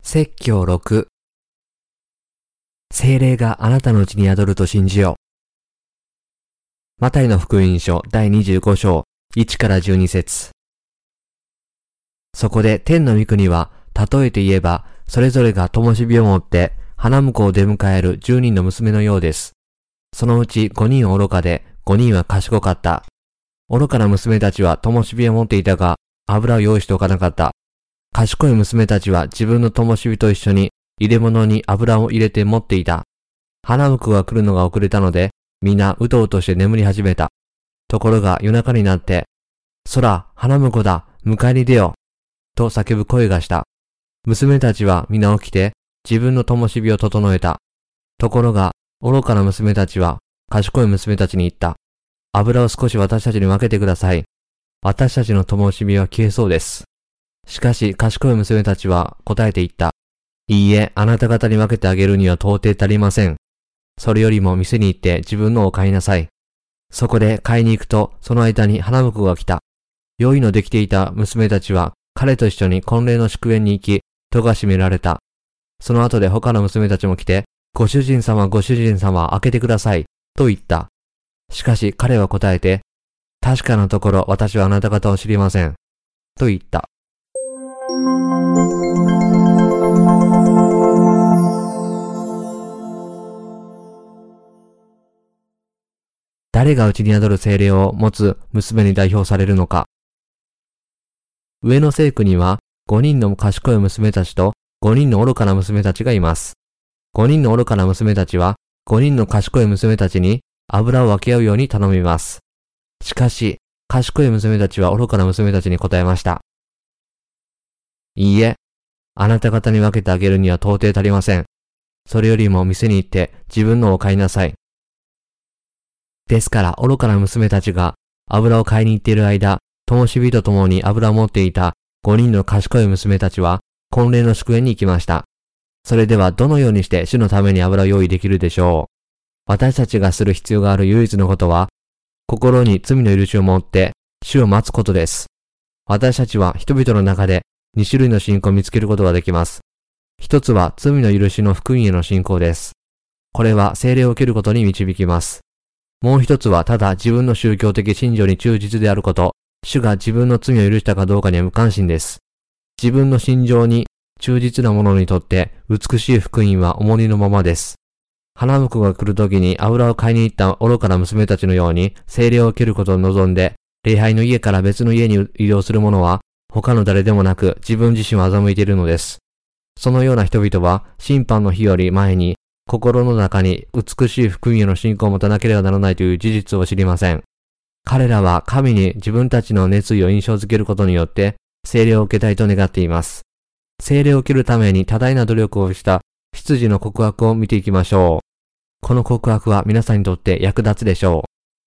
説教6。聖霊があなたのうちに宿ると信じよう。マタイの福音書第25章1から12節。そこで天の御国は、例えて言えば、それぞれが灯火を持って花婿を出迎える10人の娘のようです。そのうち5人は愚かで、5人は賢かった。愚かな娘たちは灯火を持っていたが、油を用意しておかなかった。賢い娘たちは自分の灯火と一緒に入れ物に油を入れて持っていた。花婿が来るのが遅れたので、皆うとうとして眠り始めた。ところが夜中になって、空、花婿だ、迎えに出よう、と叫ぶ声がした。娘たちは皆起きて自分の灯火を整えた。ところが愚かな娘たちは賢い娘たちに言った。油を少し私たちに分けてください。私たちの灯火は消えそうです。しかし賢い娘たちは答えて言った。いいえ、あなた方に分けてあげるには到底足りません。それよりも店に行って自分のを買いなさい。そこで買いに行くと、その間に花婿が来た。用意のできていた娘たちは彼と一緒に婚礼の祝宴に行き、戸が閉められた。その後で他の娘たちも来て、ご主人様、ご主人様、開けてください、と言った。しかし彼は答えて、確かなところ私はあなた方を知りません、と言った。誰がうちに宿る聖霊を持つ娘に代表されるのか。上の聖句には5人の賢い娘たちと5人の愚かな娘たちがいます。5人の愚かな娘たちは5人の賢い娘たちに油を分け合うように頼みます。しかし、賢い娘たちは愚かな娘たちに答えました。いいえ、あなた方に分けてあげるには到底足りません。それよりも店に行って自分のを買いなさい。ですから愚かな娘たちが油を買いに行っている間、灯火と共に油を持っていた5人の賢い娘たちは婚礼の祝宴に行きました。それではどのようにして主のために油を用意できるでしょう。私たちがする必要がある唯一のことは、心に罪の許しを持って主を待つことです。私たちは人々の中で2種類の信仰を見つけることができます。一つは罪の許しの福音への信仰です。これは聖霊を受けることに導きます。もう一つはただ自分の宗教的信条に忠実であること、主が自分の罪を許したかどうかには無関心です。自分の信条に忠実な者にとって美しい福音は重荷のままです。花婿が来るときに油を買いに行った愚かな娘たちのように聖霊を受けることを望んで、礼拝の家から別の家に移動する者は他の誰でもなく自分自身を欺いているのです。そのような人々は審判の日より前に心の中に美しい福音への信仰を持たなければならないという事実を知りません。彼らは神に自分たちの熱意を印象づけることによって聖霊を受けたいと願っています。聖霊を受けるために多大な努力をした執事の告白を見ていきましょう。この告白は皆さんにとって役立つでしょう。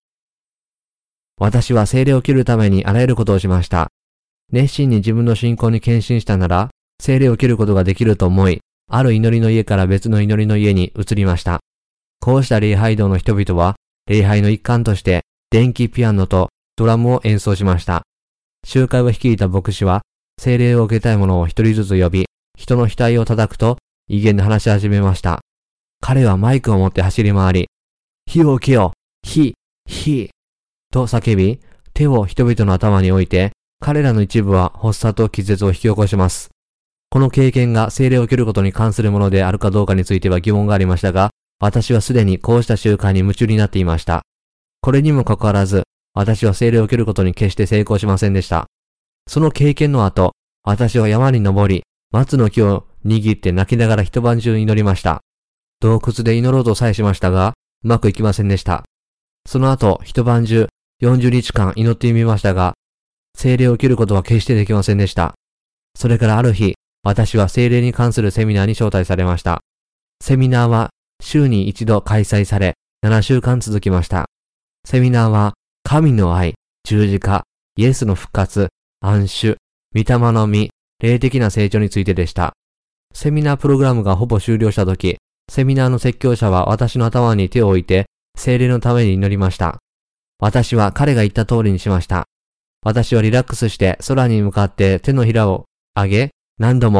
私は聖霊を受けるためにあらゆることをしました。熱心に自分の信仰に献身したなら、聖霊を受けることができると思い、ある祈りの家から別の祈りの家に移りました。こうした礼拝堂の人々は、礼拝の一環として、電気ピアノとドラムを演奏しました。集会を率いた牧師は、聖霊を受けたい者を一人ずつ呼び、人の額を叩くと、威厳で話し始めました。彼はマイクを持って走り回り、火を受けよ、火、と叫び、手を人々の頭に置いて、彼らの一部は発作と気絶を引き起こします。この経験が聖霊を受けることに関するものであるかどうかについては疑問がありましたが、私はすでにこうした習慣に夢中になっていました。これにもかかわらず、私は聖霊を受けることに決して成功しませんでした。その経験の後、私は山に登り、松の木を握って泣きながら一晩中祈りました。洞窟で祈ろうとさえしましたが、うまくいきませんでした。その後、一晩中40日間祈ってみましたが、聖霊を受けることは決してできませんでした。それからある日、私は聖霊に関するセミナーに招待されました。セミナーは週に一度開催され、7週間続きました。セミナーは、神の愛、十字架、イエスの復活、安守、御霊の実、霊的な成長についてでした。セミナープログラムがほぼ終了したとき、セミナーの説教者は私の頭に手を置いて、聖霊のために祈りました。私は彼が言った通りにしました。私はリラックスして空に向かって手のひらを上げ、何度も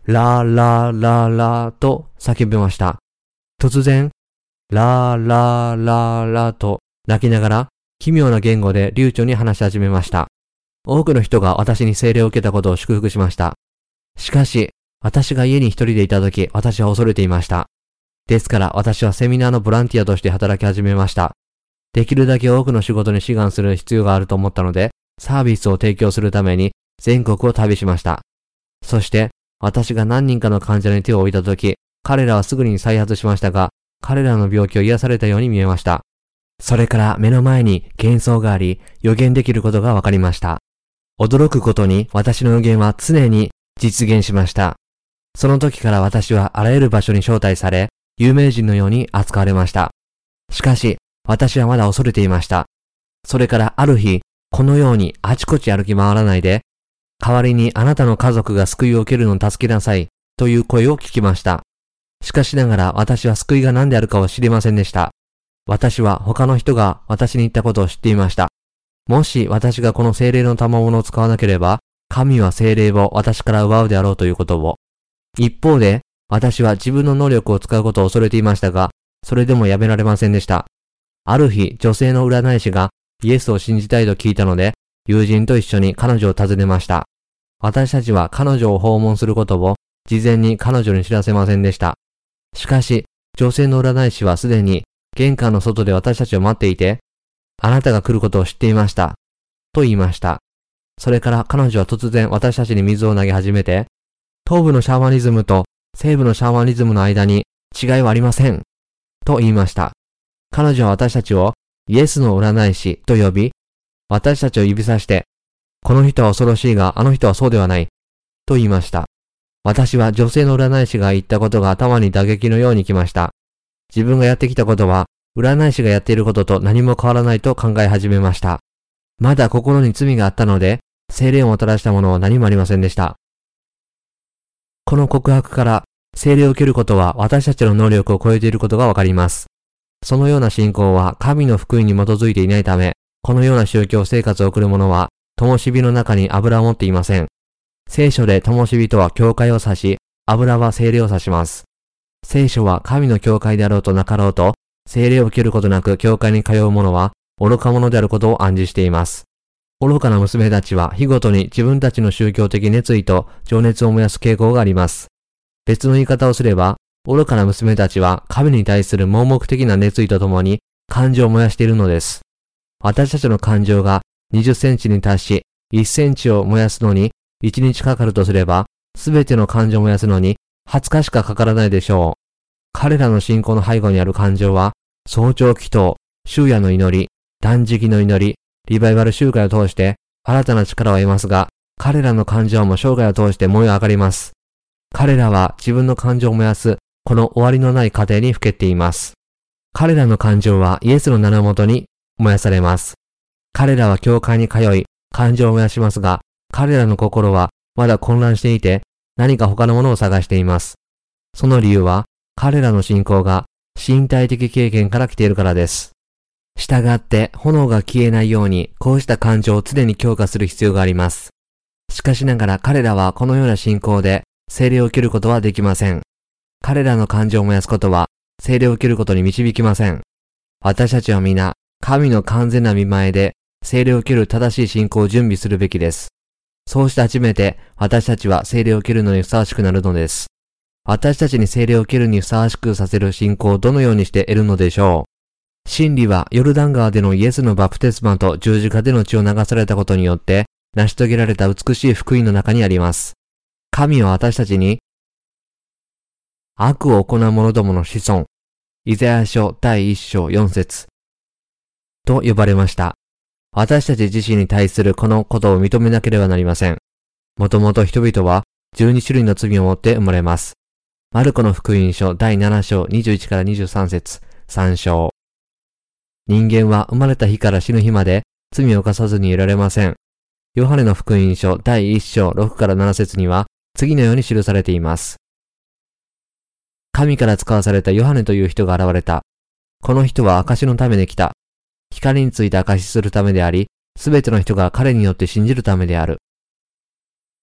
ラーラーラーラーと叫びました。突然、ラーラーラーラーと泣きながら奇妙な言語で流暢に話し始めました。多くの人が私に聖霊を受けたことを祝福しました。しかし、私が家に一人でいた時、私は恐れていました。ですから私はセミナーのボランティアとして働き始めました。できるだけ多くの仕事に志願する必要があると思ったので、サービスを提供するために全国を旅しました。そして、私が何人かの患者に手を置いたとき、彼らはすぐに再発しましたが、彼らの病気を癒されたように見えました。それから目の前に幻想があり、予言できることが分かりました。驚くことに私の予言は常に実現しました。その時から私はあらゆる場所に招待され、有名人のように扱われました。しかし、私はまだ恐れていました。それからある日、このようにあちこち歩き回らないで、代わりにあなたの家族が救いを受けるのを助けなさいという声を聞きました。しかしながら私は救いが何であるかを知りませんでした。私は他の人が私に言ったことを知っていました。もし私がこの聖霊の賜物を使わなければ、神は聖霊を私から奪うであろうということを。一方で、私は自分の能力を使うことを恐れていましたが、それでもやめられませんでした。ある日、女性の占い師がイエスを信じたいと聞いたので、友人と一緒に彼女を訪ねました。私たちは彼女を訪問することを事前に彼女に知らせませんでした。しかし、女性の占い師はすでに玄関の外で私たちを待っていて、あなたが来ることを知っていました。と言いました。それから彼女は突然私たちに水を投げ始めて、東部のシャーマニズムと西部のシャーマニズムの間に違いはありません。と言いました。彼女は私たちをイエスの占い師と呼び、私たちを指さして、この人は恐ろしいがあの人はそうではない。と言いました。私は女性の占い師が言ったことが頭に打撃のようにきました。自分がやってきたことは、占い師がやっていることと何も変わらないと考え始めました。まだ心に罪があったので、聖霊をもたらしたものは何もありませんでした。この告白から、聖霊を受けることは私たちの能力を超えていることがわかります。そのような信仰は神の福音に基づいていないため、このような宗教生活を送る者は、灯火の中に油を持っていません。聖書で灯火とは教会を指し、油は聖霊を指します。聖書は神の教会であろうとなかろうと、聖霊を受けることなく教会に通う者は愚か者であることを暗示しています。愚かな娘たちは日ごとに自分たちの宗教的熱意と情熱を燃やす傾向があります。別の言い方をすれば、愚かな娘たちは神に対する盲目的な熱意とともに感情を燃やしているのです。私たちの感情が20センチに達し、1センチを燃やすのに1日かかるとすれば、すべての感情を燃やすのに20日しかかからないでしょう。彼らの信仰の背後にある感情は、早朝祈祷、昼夜の祈り、断食の祈り、リバイバル集会を通して新たな力を得ますが、彼らの感情も生涯を通して燃え上がります。彼らは自分の感情を燃やす、この終わりのない過程にふけっています。彼らの感情はイエスの名のもとに燃やされます。彼らは教会に通い、感情を燃やしますが、彼らの心はまだ混乱していて、何か他のものを探しています。その理由は、彼らの信仰が身体的経験から来ているからです。したがって炎が消えないようにこうした感情を常に強化する必要があります。しかしながら彼らはこのような信仰で聖霊を受けることはできません。彼らの感情を燃やすことは聖霊を受けることに導きません。私たちは皆神の完全な御前で聖霊を受ける正しい信仰を準備するべきです。そうして初めて私たちは聖霊を受けるのにふさわしくなるのです。私たちに聖霊を受けるにふさわしくさせる信仰をどのようにして得るのでしょう。真理はヨルダン川でのイエスのバプテスマと十字架での血を流されたことによって成し遂げられた美しい福音の中にあります。神は私たちに悪を行う者どもの子孫、イザヤ書第1章4節と呼ばれました。私たち自身に対するこのことを認めなければなりません。もともと人々は12種類の罪を持って生まれます。マルコの福音書第7章21から23節3章。人間は生まれた日から死ぬ日まで罪を犯さずにいられません。ヨハネの福音書第1章6から7節には次のように記されています。神から使わされたヨハネという人が現れた。この人は証のために来た。光について証しするためであり、すべての人が彼によって信じるためである。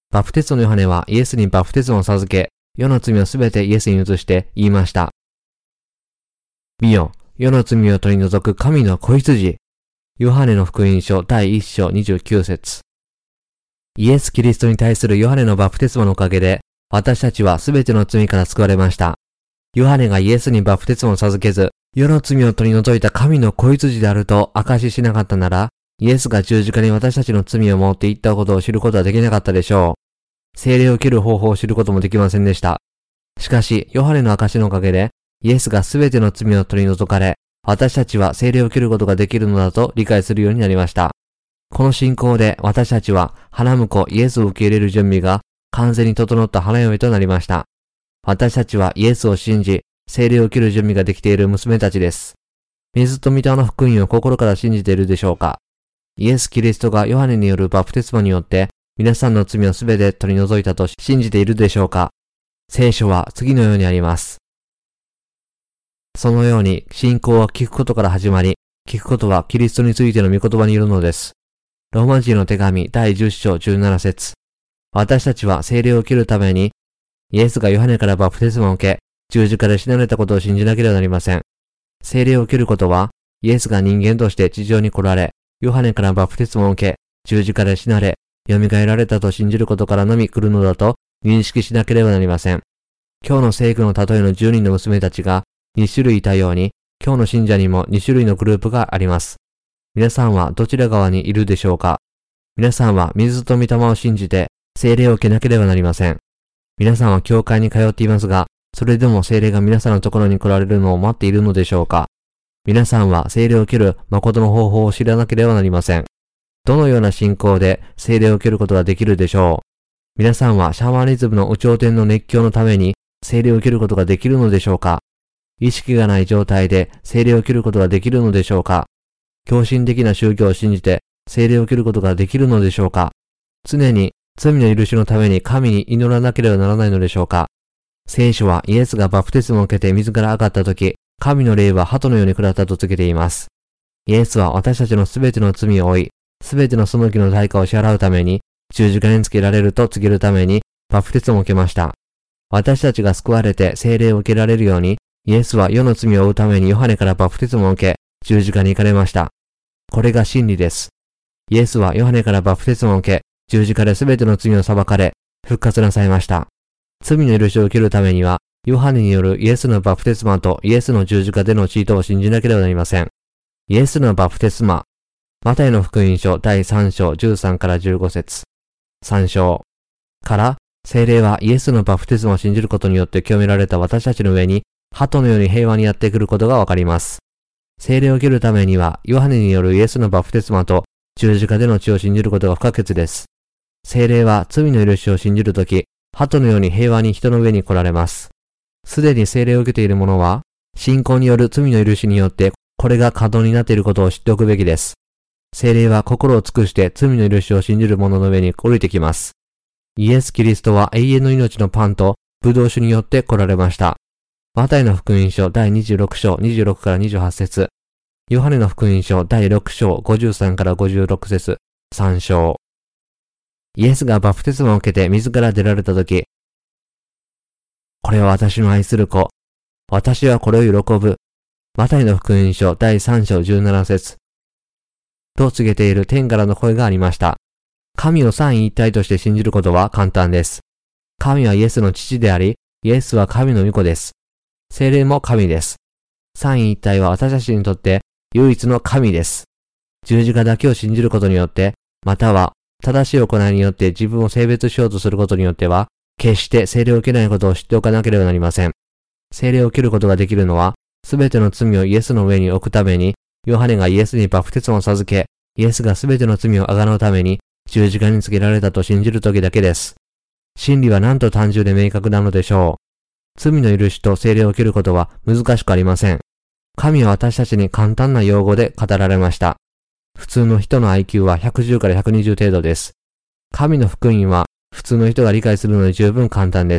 バプテスマのヨハネはイエスにバプテスマを授け、世の罪をすべてイエスに移して言いました。見よ、世の罪を取り除く神の子羊。ヨハネの福音書第1章29節。イエス・キリストに対するヨハネのバプテスマのおかげで、私たちはすべての罪から救われました。ヨハネがイエスにバプテスマを授けず、世の罪を取り除いた神の子羊であると証ししなかったなら、イエスが十字架に私たちの罪を持っていったことを知ることはできなかったでしょう。聖霊を受ける方法を知ることもできませんでした。しかし、ヨハネの証のおかげで、イエスがすべての罪を取り除かれ、私たちは聖霊を受けることができるのだと理解するようになりました。この信仰で私たちは花婿イエスを受け入れる準備が完全に整った花嫁となりました。私たちはイエスを信じ、聖霊を受ける準備ができている娘たちです。水と御霊の福音を心から信じているでしょうか？イエス・キリストがヨハネによるバプテスマによって皆さんの罪をすべて取り除いたと信じているでしょうか？聖書は次のようにあります。そのように信仰は聞くことから始まり、聞くことはキリストについての御言葉にいるのです。ローマ人の手紙第10章17節。私たちは聖霊を受けるために、イエスがヨハネからバプテスマを受け、十字架で死なれたことを信じなければなりません。聖霊を受けることは、イエスが人間として地上に来られ、ヨハネからバプテスマを受け、十字架で死なれ、蘇られたと信じることからのみ来るのだと認識しなければなりません。今日の聖句の例えの10人の娘たちが2種類いたように、今日の信者にも2種類のグループがあります。皆さんはどちら側にいるでしょうか？皆さんは水と御霊を信じて聖霊を受けなければなりません。皆さんは教会に通っていますが、それでも聖霊が皆さんのところに来られるのを待っているのでしょうか？皆さんは聖霊を受ける誠の方法を知らなければなりません。どのような信仰で聖霊を受けることができるでしょう？皆さんはシャーマニズムの有頂天の熱狂のために聖霊を受けることができるのでしょうか？意識がない状態で聖霊を受けることができるのでしょうか？狂信的な宗教を信じて聖霊を受けることができるのでしょうか？常に罪の許しのために神に祈らなければならないのでしょうか？聖書はイエスがバプテスマを受けて水から上がったとき、神の霊は鳩のように下ったと告げています。イエスは私たちのすべての罪を負い、すべての背きの代価を支払うために、十字架につけられると告げるために、バプテスマを受けました。私たちが救われて聖霊を受けられるように、イエスは世の罪を負うためにヨハネからバプテスマを受け、十字架に行かれました。これが真理です。イエスはヨハネからバプテスマを受け、十字架で全ての罪を裁かれ、復活なさいました。罪の許しを受けるためには、ヨハネによるイエスのバプテスマとイエスの十字架での血を信じなければなりません。イエスのバプテスマ。マタイの福音書第3章13から15節。3章。から、聖霊はイエスのバプテスマを信じることによって清められた私たちの上に、鳩のように平和にやってくることがわかります。聖霊を受けるためには、ヨハネによるイエスのバプテスマと十字架での血を信じることが不可欠です。聖霊は罪の許しを信じるとき、鳩のように平和に人の上に来られます。すでに聖霊を受けている者は、信仰による罪の許しによって、これが可能になっていることを知っておくべきです。聖霊は心を尽くして罪の許しを信じる者の上に降りてきます。イエス・キリストは永遠の命のパンとブドウ酒によって来られました。マタイの福音書第26章26から28節。ヨハネの福音書第6章53から56節。3章。イエスがバプテスマを受けて水から出られたとき、これは私の愛する子。私はこれを喜ぶ。マタイの福音書第3章17節。と告げている天からの声がありました。神を三位一体として信じることは簡単です。神はイエスの父であり、イエスは神の御子です。聖霊も神です。三位一体は私たちにとって唯一の神です。十字架だけを信じることによって、または正しい行いによって自分を性別しようとすることによっては、決して聖霊を受けないことを知っておかなければなりません。聖霊を受けることができるのは、すべての罪をイエスの上に置くために、ヨハネがイエスにバプテスマを授け、イエスがすべての罪をあがなうために、十字架につけられたと信じるときだけです。真理はなんと単純で明確なのでしょう。罪の許しと聖霊を受けることは難しくありません。神は私たちに簡単な用語で語られました。普通の人の IQ は110から120程度です。神の福音は普通の人が理解するのに十分簡単です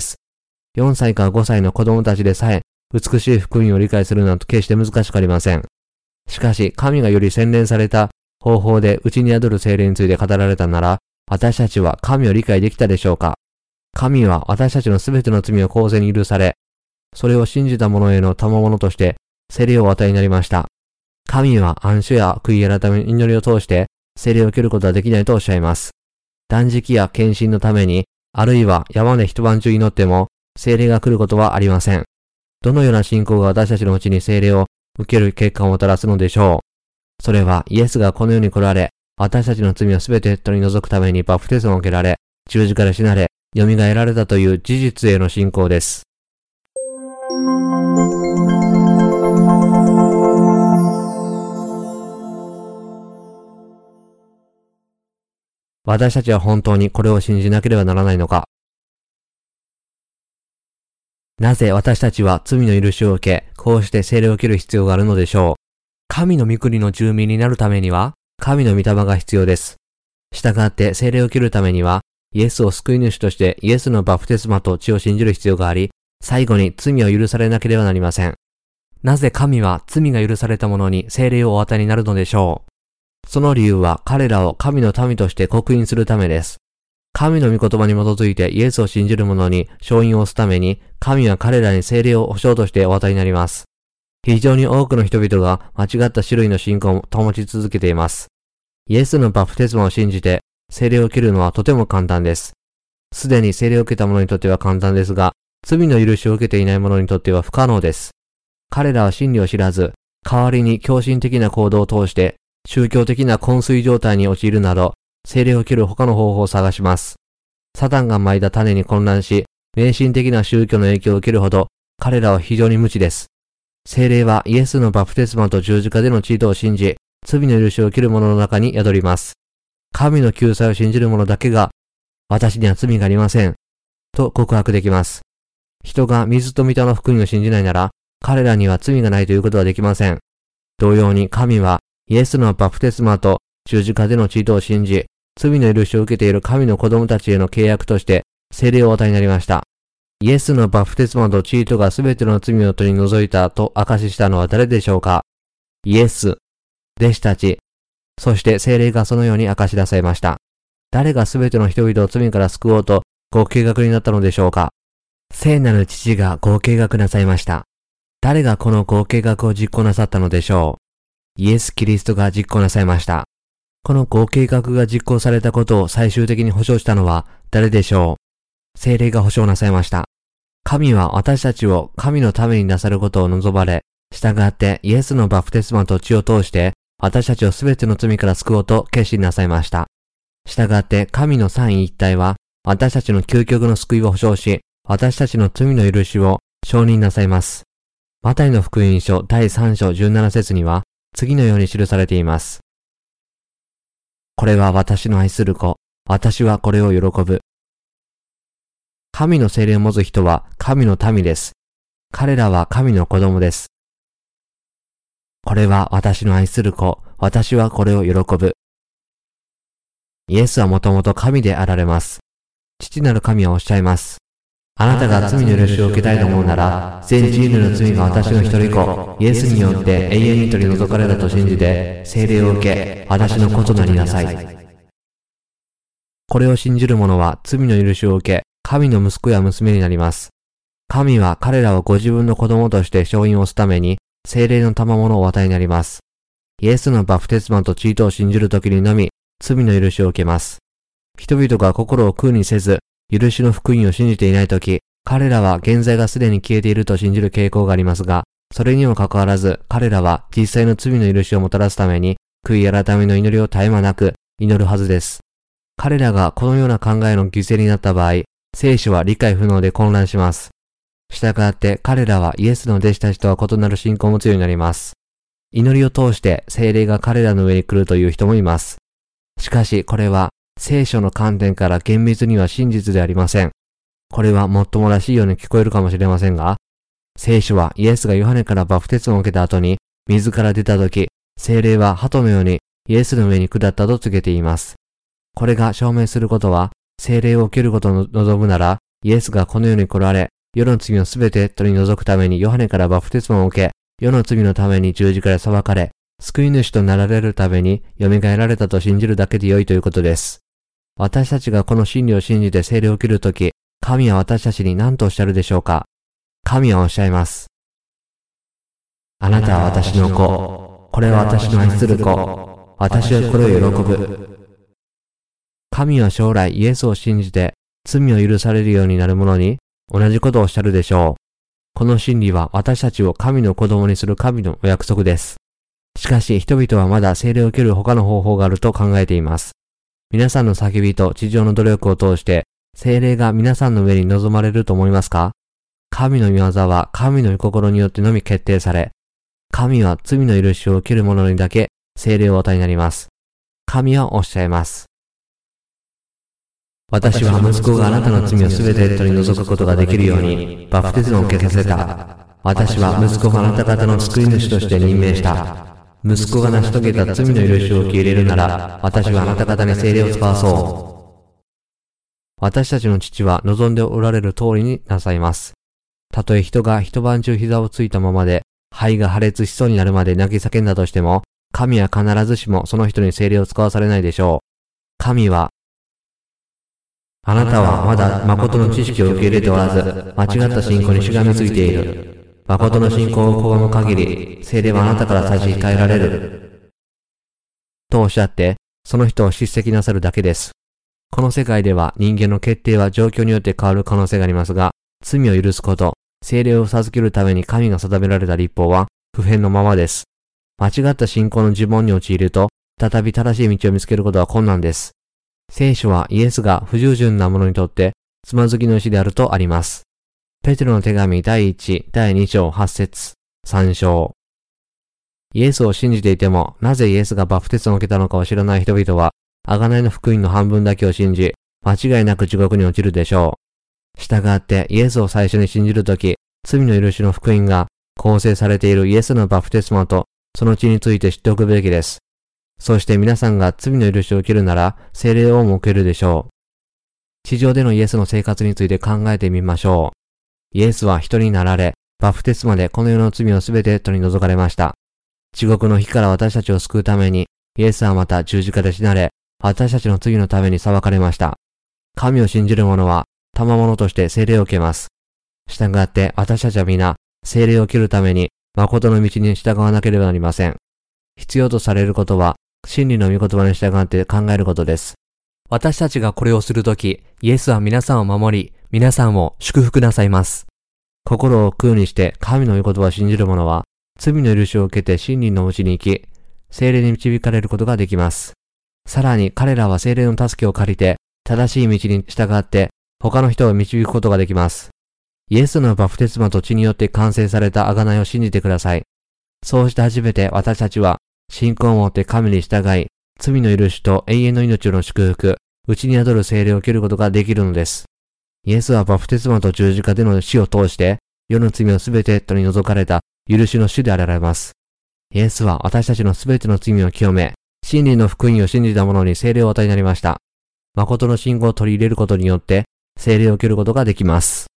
。4歳から5歳の子供たちでさえ美しい福音を理解するなんて決して難しくありません。しかし神がより洗練された方法で内に宿る聖霊について語られたなら、 私たちは神を理解できたでしょうか？神は私たちのすべての罪を公正に許され、それを信じた者への賜物として聖霊をお与えになりました。神は安守や悔い改め祈りを通して聖霊を受けることはできないとおっしゃいます。断食や献身のために、あるいは山で一晩中祈っても聖霊が来ることはありません。どのような信仰が私たちのうちに聖霊を受ける結果をもたらすのでしょう。それはイエスがこの世に来られ、私たちの罪をすべて取り除くためにバプテスマを受けられ、十字架で死なれ、蘇られたという事実への信仰です。私たちは本当にこれを信じなければならないのか？なぜ私たちは罪の許しを受け、こうして聖霊を受ける必要があるのでしょう？神の御国の住民になるためには、神の御霊が必要です。したがって聖霊を受けるためには、イエスを救い主としてイエスのバプテスマと血を信じる必要があり、最後に罪を許されなければなりません。なぜ神は罪が許された者に聖霊をお与えになるのでしょう？その理由は彼らを神の民として刻印するためです。神の御言葉に基づいてイエスを信じる者に勝因を押すために、神は彼らに聖霊を保証としてお与えになります。非常に多くの人々が間違った種類の信仰を保ち続けています。イエスのバプテスマを信じて聖霊を受けるのはとても簡単です。すでに聖霊を受けた者にとっては簡単ですが、罪の許しを受けていない者にとっては不可能です。彼らは真理を知らず、代わりに狂信的な行動を通して宗教的な昏睡状態に陥るなど、聖霊を受ける他の方法を探します。サタンが撒いた種に混乱し、迷信的な宗教の影響を受けるほど、彼らは非常に無知です。聖霊はイエスのバプテスマと十字架での血を信じ、罪の許しを受ける者の中に宿ります。神の救済を信じる者だけが、私には罪がありません、と告白できます。人が水と御霊の福音を信じないなら、彼らには罪がないということはできません。同様に神は、イエスのバプテスマと十字架での血を信じ、罪の許しを受けている神の子供たちへの契約として聖霊をお与えになりました。イエスのバプテスマと血がすべての罪を取り除いたと証ししたのは誰でしょうか？イエス、弟子たち、そして聖霊がそのように証し出されました。誰がすべての人々を罪から救おうとご計画になったのでしょうか？聖なる父がご計画なさいました。誰がこのご計画を実行なさったのでしょう？イエス・キリストが実行なさいました。このご計画が実行されたことを最終的に保証したのは誰でしょう？聖霊が保証なさいました。神は私たちを神のためになさることを望まれ、従ってイエスのバプテスマと血を通して私たちをすべての罪から救おうと決心なさいました。従って神の三位一体は私たちの究極の救いを保証し、私たちの罪の許しを承認なさいます。マタイの福音書第3章17節には次のように記されています。これは私の愛する子、私はこれを喜ぶ。神の聖霊を持つ人は神の民です。彼らは神の子供です。これは私の愛する子、私はこれを喜ぶ。イエスはもともと神であられます。父なる神はおっしゃいます。あなたが罪の許しを受けたいと思うなら、全人類の罪が私の一人子、イエスによって永遠に取り除かれたと信じて、聖霊を受け、私の子となりなさい。これを信じる者は罪の許しを受け、神の息子や娘になります。神は彼らをご自分の子供として承認をすために、聖霊の賜物をお与えになります。イエスのバプテスマと血を信じるときにのみ、罪の許しを受けます。人々が心を空にせず、許しの福音を信じていないとき、彼らは現在がすでに消えていると信じる傾向がありますが、それにもかかわらず、彼らは実際の罪の許しをもたらすために、悔い改めの祈りを絶え間なく祈るはずです。彼らがこのような考えの犠牲になった場合、聖書は理解不能で混乱します。したがって彼らはイエスの弟子たちとは異なる信仰を持つようになります。祈りを通して聖霊が彼らの上に来るという人もいます。しかしこれは聖書の観点から厳密には真実でありません。これはもっともらしいように聞こえるかもしれませんが、聖書はイエスがヨハネからバプテスマを受けた後に水から出た時、聖霊は鳩のようにイエスの上に下ったと告げています。これが証明することは、聖霊を受けることを望むなら、イエスがこの世に来られ、世の罪をすべて取り除くためにヨハネからバプテスマを受け、世の罪のために十字架で裁かれ、救い主となられるために蘇られたと信じるだけで良いということです。 私たちがこの真理を信じて聖霊を受けるとき、神は私たちに何とおっしゃるでしょうか。神はおっしゃいます。あなたは私の子。これは私の愛する子。私はこれを喜ぶ。神は将来イエスを信じて罪を許されるようになる者に同じことをおっしゃるでしょう。この真理は私たちを神の子供にする神のお約束です。しかし人々はまだ聖霊を受ける他の方法があると考えています。皆さんの叫びと地上の努力を通して聖霊が皆さんの上に望まれると思いますか？神の御業は神の御心によってのみ決定され、神は罪の許しを受ける者にだけ聖霊をお与えになります。神はおっしゃいます。私は息子があなたの罪をすべて取り除くことができるようにバプテスマを受けさせた。私は息子をあなた方の救い主として任命した。息子が成し遂げた罪の許しを受け入れるなら、私はあなた方に聖霊を使わそう。私たちの父は望んでおられる通りになさいます。たとえ人が一晩中膝をついたままで、肺が破裂しそうになるまで泣き叫んだとしても、神は必ずしもその人に聖霊を使わされないでしょう。神は、あなたはまだ誠の知識を受け入れておらず、間違った信仰にしがみついている。誠の信仰を拒む限り、聖霊はあなたから差し控えられる。とおっしゃって、その人を叱責なさるだけです。この世界では人間の決定は状況によって変わる可能性がありますが、罪を許すこと、聖霊を授けるために神が定められた律法は不変のままです。間違った信仰の呪文に陥ると、再び正しい道を見つけることは困難です。聖書はイエスが不従順な者にとってつまずきの石であるとあります。ペテロの手紙第1、第2章8節3章。イエスを信じていても、なぜイエスがバプテスマを受けたのかを知らない人々は、贖いの福音の半分だけを信じ、間違いなく地獄に落ちるでしょう。したがってイエスを最初に信じるとき、罪の許しの福音が構成されているイエスのバプテスマとその地について知っておくべきです。そして皆さんが罪の許しを受けるなら、聖霊をも受けるでしょう。地上でのイエスの生活について考えてみましょう。イエスは人になられ、バプテスマでこの世の罪をすべて取り除かれました。地獄の火から私たちを救うために、イエスはまた十字架で死なれ、私たちの罪のために裁かれました。神を信じる者は、賜物として聖霊を受けます。したがって私たちは皆、聖霊を受けるために、誠の道に従わなければなりません。必要とされることは、真理の御言葉に従って考えることです。私たちがこれをするとき、イエスは皆さんを守り、皆さんを祝福なさいます。心を空にして神の御言葉を信じる者は、罪の許しを受けて真理のうちに生き、聖霊に導かれることができます。さらに彼らは聖霊の助けを借りて、正しい道に従って、他の人を導くことができます。イエスのバプテスマと血によって完成された贖いを信じてください。そうして初めて私たちは、信仰を持って神に従い、罪の許しと永遠の命の祝福、内に宿る聖霊を受けることができるのです。イエスはバプテスマと十字架での死を通して、世の罪をすべて取り除かれた許しの主であられます。イエスは私たちのすべての罪を清め、真理の福音を信じた者に聖霊を与えになりました。誠の信仰を取り入れることによって、聖霊を受けることができます。